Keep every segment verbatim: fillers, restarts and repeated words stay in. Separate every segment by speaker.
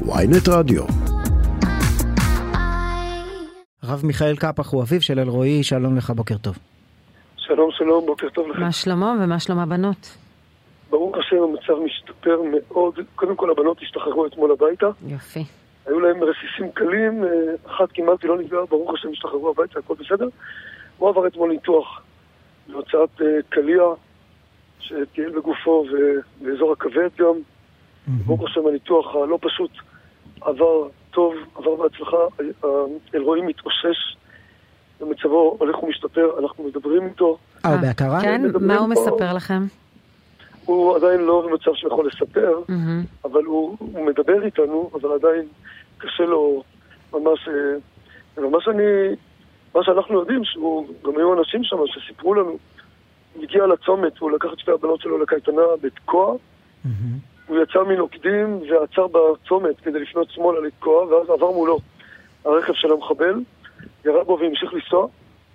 Speaker 1: וויינט רדיו.
Speaker 2: הרב מיכאל קפח הוא אביו של אלרועי, שלום לך, בוקר טוב.
Speaker 3: שלום שלום, בוקר טוב לכם.
Speaker 4: מה שלמה ומה שלום הבנות?
Speaker 3: ברוך השם המצב משתפר מאוד. קודם כל הבנות השתחררו אתמול הביתה.
Speaker 4: יופי.
Speaker 3: היו להם רסיסים קלים, אחת כמעט לא נפגעה, ברוך השם השתחררו הביתה, הכל בסדר. הוא עבר אתמול ניתוח להוצאת קליע שתהיה בגופו ובאזור הכבד גם. ברוך השם הניתוח הלא פשוט עבר טוב, עבר בהצלחה. אלרועי מתאושש, ומצבו הולך ומשתפר, אנחנו מדברים איתו.
Speaker 2: אה, בהכרה?
Speaker 4: כן, מה הוא מספר לכם?
Speaker 3: הוא עדיין לא במצב שיכול לספר, אבל הוא מדבר איתנו, אבל עדיין קשה לו ממש, ממש אני, מה שאנחנו יודעים, שהוא גם היו אנשים שם שסיפרו לנו, הוא הגיע לצומת, הוא לקח את שתי הבנות שלו לקייטנה בתקוע, הוא יצא מנוקדים ועצר בצומת כדי לפנות שמאלה לתקוע, ואז עבר מולו הרכב של המחבל, ירד בו והמשיך לנסוע.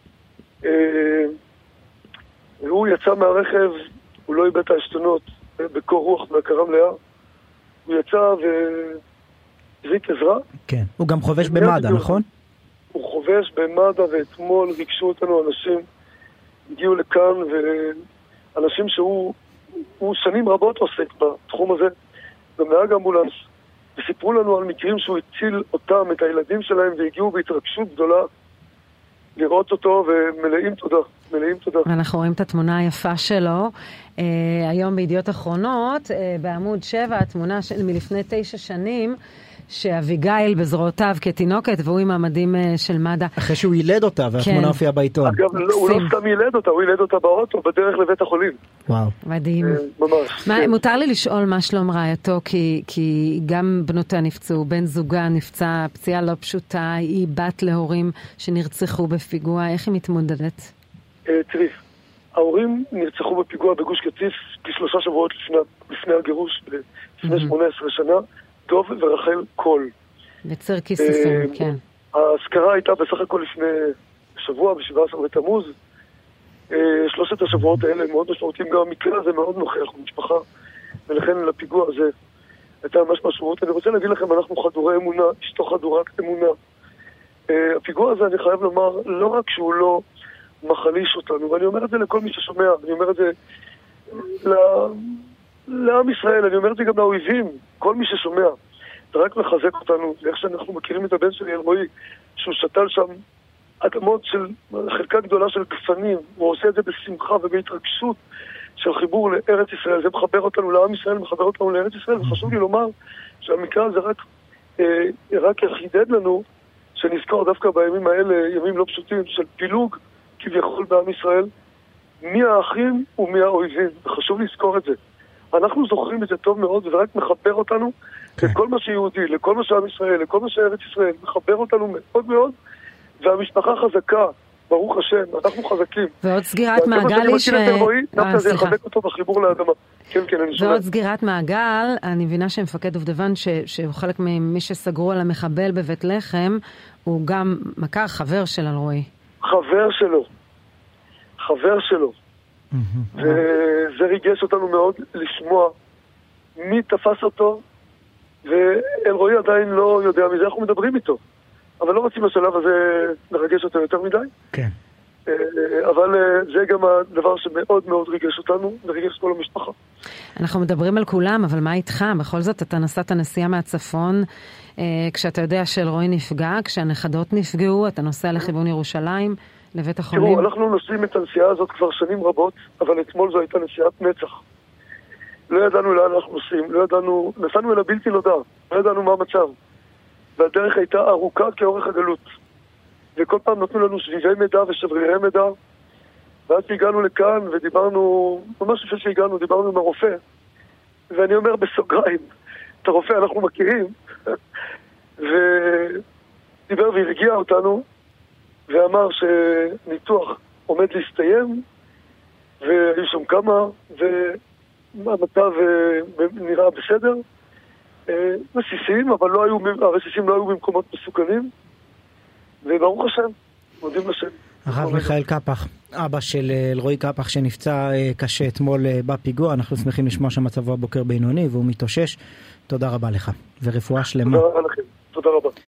Speaker 3: והוא יצא מהרכב, הוא לא איבד את העשתונות, בקור רוח, בהכרה מלאה. הוא יצא והזיק עזרה.
Speaker 2: כן, הוא גם חובש במד"א, נכון?
Speaker 3: הוא חובש במד"א, ואתמול ריגשו אותנו אנשים, הגיעו לכאן, ואנשים שהוא הוא שנים רבות עוסק בתחום הזה, במנהג אמבולנס, וסיפרו לנו על מקרים שהוא הציל אותם, את הילדים שלהם, והגיעו בהתרגשות גדולה לראות אותו, ומלאים תודה, מלאים תודה.
Speaker 4: אנחנו רואים את התמונה היפה שלו, אה, היום בידיעות אחרונות, אה, בעמוד שבע, התמונה של, מלפני תשע שנים, שאביגיל בזרועותיו כתינוקת, והוא עם המדים של מד"א.
Speaker 2: אחרי שהוא ילד אותה, והתמונה הופיעה בעיתון.
Speaker 3: אגב, הוא לא סתם ילד אותה, הוא ילד אותה באוטו, בדרך לבית החולים.
Speaker 2: וואו.
Speaker 4: מדהים.
Speaker 3: ממש.
Speaker 4: מותר לי לשאול מה שלום רעייתו, כי גם בנותה נפצעו, בן זוגה נפצע, פציעה לא פשוטה, היא בת להורים שנרצחו בפיגוע, איך היא מתמודדת?
Speaker 3: תראי, ההורים נרצחו בפיגוע בגוש קטיף כשלושה שבועות לפני הגירוש, לפני שמונה עשרה שנה, דוב ורחל קול.
Speaker 4: בציר כיסופים, כן.
Speaker 3: ההזכרה הייתה בסך הכל לפני שבוע, ב-שבעה עשר בתמוז. שלושת השבועות האלה מאוד משמעותיים, גם המקרה הזה מאוד נוכח במשפחה, ולכן לפיגוע הזה הייתה ממש משמעות. אני רוצה להגיד לכם, אנחנו חדורי אמונה, אשתו חדורת אמונה. הפיגוע הזה, אני חייב לומר, לא רק שהוא לא מחליש אותנו, ואני אומר את זה לכל מי ששומע, אני אומר את זה לעם ישראל, אני אומר את זה גם לאויבים, כל מי ששומע, זה רק מחזק אותנו, לאיך שאנחנו מכירים את הבן שלי, אלרועי, שהוא שתל שם אדמות של חלקה גדולה של גפנים, הוא עושה את זה בשמחה ובהתרגשות של חיבור לארץ ישראל, זה מחבר אותנו לעם ישראל, מחבר אותנו לארץ ישראל, וחשוב לי לומר שהמקרה הזה רק, אה, רק יחידד לנו, שנזכור דווקא בימים האלה, ימים לא פשוטים של פילוג כביכול בעם ישראל, מי האחים ומי האויבים, וחשוב לזכור את זה. אנחנו זוכרים את זה טוב מאוד, וזה רק מחבר אותנו לכל מה שיהודי, לכל מה שעם ישראל, לכל מה שארץ ישראל, מחבר אותנו מאוד מאוד, והמשפחה חזקה, ברוך השם, אנחנו חזקים.
Speaker 4: ועוד סגירת מעגל היא ש...
Speaker 3: דווקא זה יחזק אותו בחיבור לאדמה. כן, כן, אני שומע.
Speaker 4: ועוד סגירת מעגל, אני מבינה שמפקד דובדבן, שהוא חלק ממי שסגרו על המחבל בבית לחם, הוא גם מכר חבר של אלרועי.
Speaker 3: חבר שלו. חבר שלו. וזה ריגש אותנו מאוד לשמוע מי תפס אותו, ואלרועי עדיין לא יודע מזה, אנחנו מדברים איתו, אבל לא רוצים בשלב הזה לרגש אותו יותר מדי.
Speaker 2: כן.
Speaker 3: אבל זה גם הדבר שמאוד מאוד ריגש אותנו, וריגש את כל המשפחה.
Speaker 4: אנחנו מדברים על כולם, אבל מה איתך? בכל זאת אתה נסעת נסיעה מהצפון, כשאתה יודע שאלרועי נפגע, כשהנכדות נפגעו, אתה נוסע לכיוון ירושלים, לבית החולים.
Speaker 3: תראו, אנחנו נוסעים את הנסיעה הזאת כבר שנים רבות, אבל אתמול זו הייתה נסיעת נצח. לא ידענו לאן אנחנו נוסעים, לא ידענו, נסענו אל הבלתי נודע, לא ידענו מה המצב. והדרך הייתה ארוכה כאורך הגלות. וכל פעם נתנו לנו שביבי מידע ושברירי מידע, ואז הגענו לכאן ודיברנו, ממש לפני שהגענו, דיברנו עם הרופא, ואני אומר בסוגריים, את הרופא אנחנו מכירים, ודיבר והרגיע אותנו, ואמר שניתוח עומד להסתיים, והיו שם כמה, והמצב נראה בסדר, רסיסים, אבל לא היו, הרסיסים לא היו במקומות מסוכנים, וברוך השם, מודים לשם.
Speaker 2: הרב מיכאל קפח, אבא של אלרועי קפח שנפצע קשה אתמול בפיגוע, אנחנו שמחים לשמוע שמצבו הבוקר בינוני והוא מתאושש. תודה רבה לך, ורפואה שלמה.
Speaker 3: תודה רבה לכם, תודה רבה.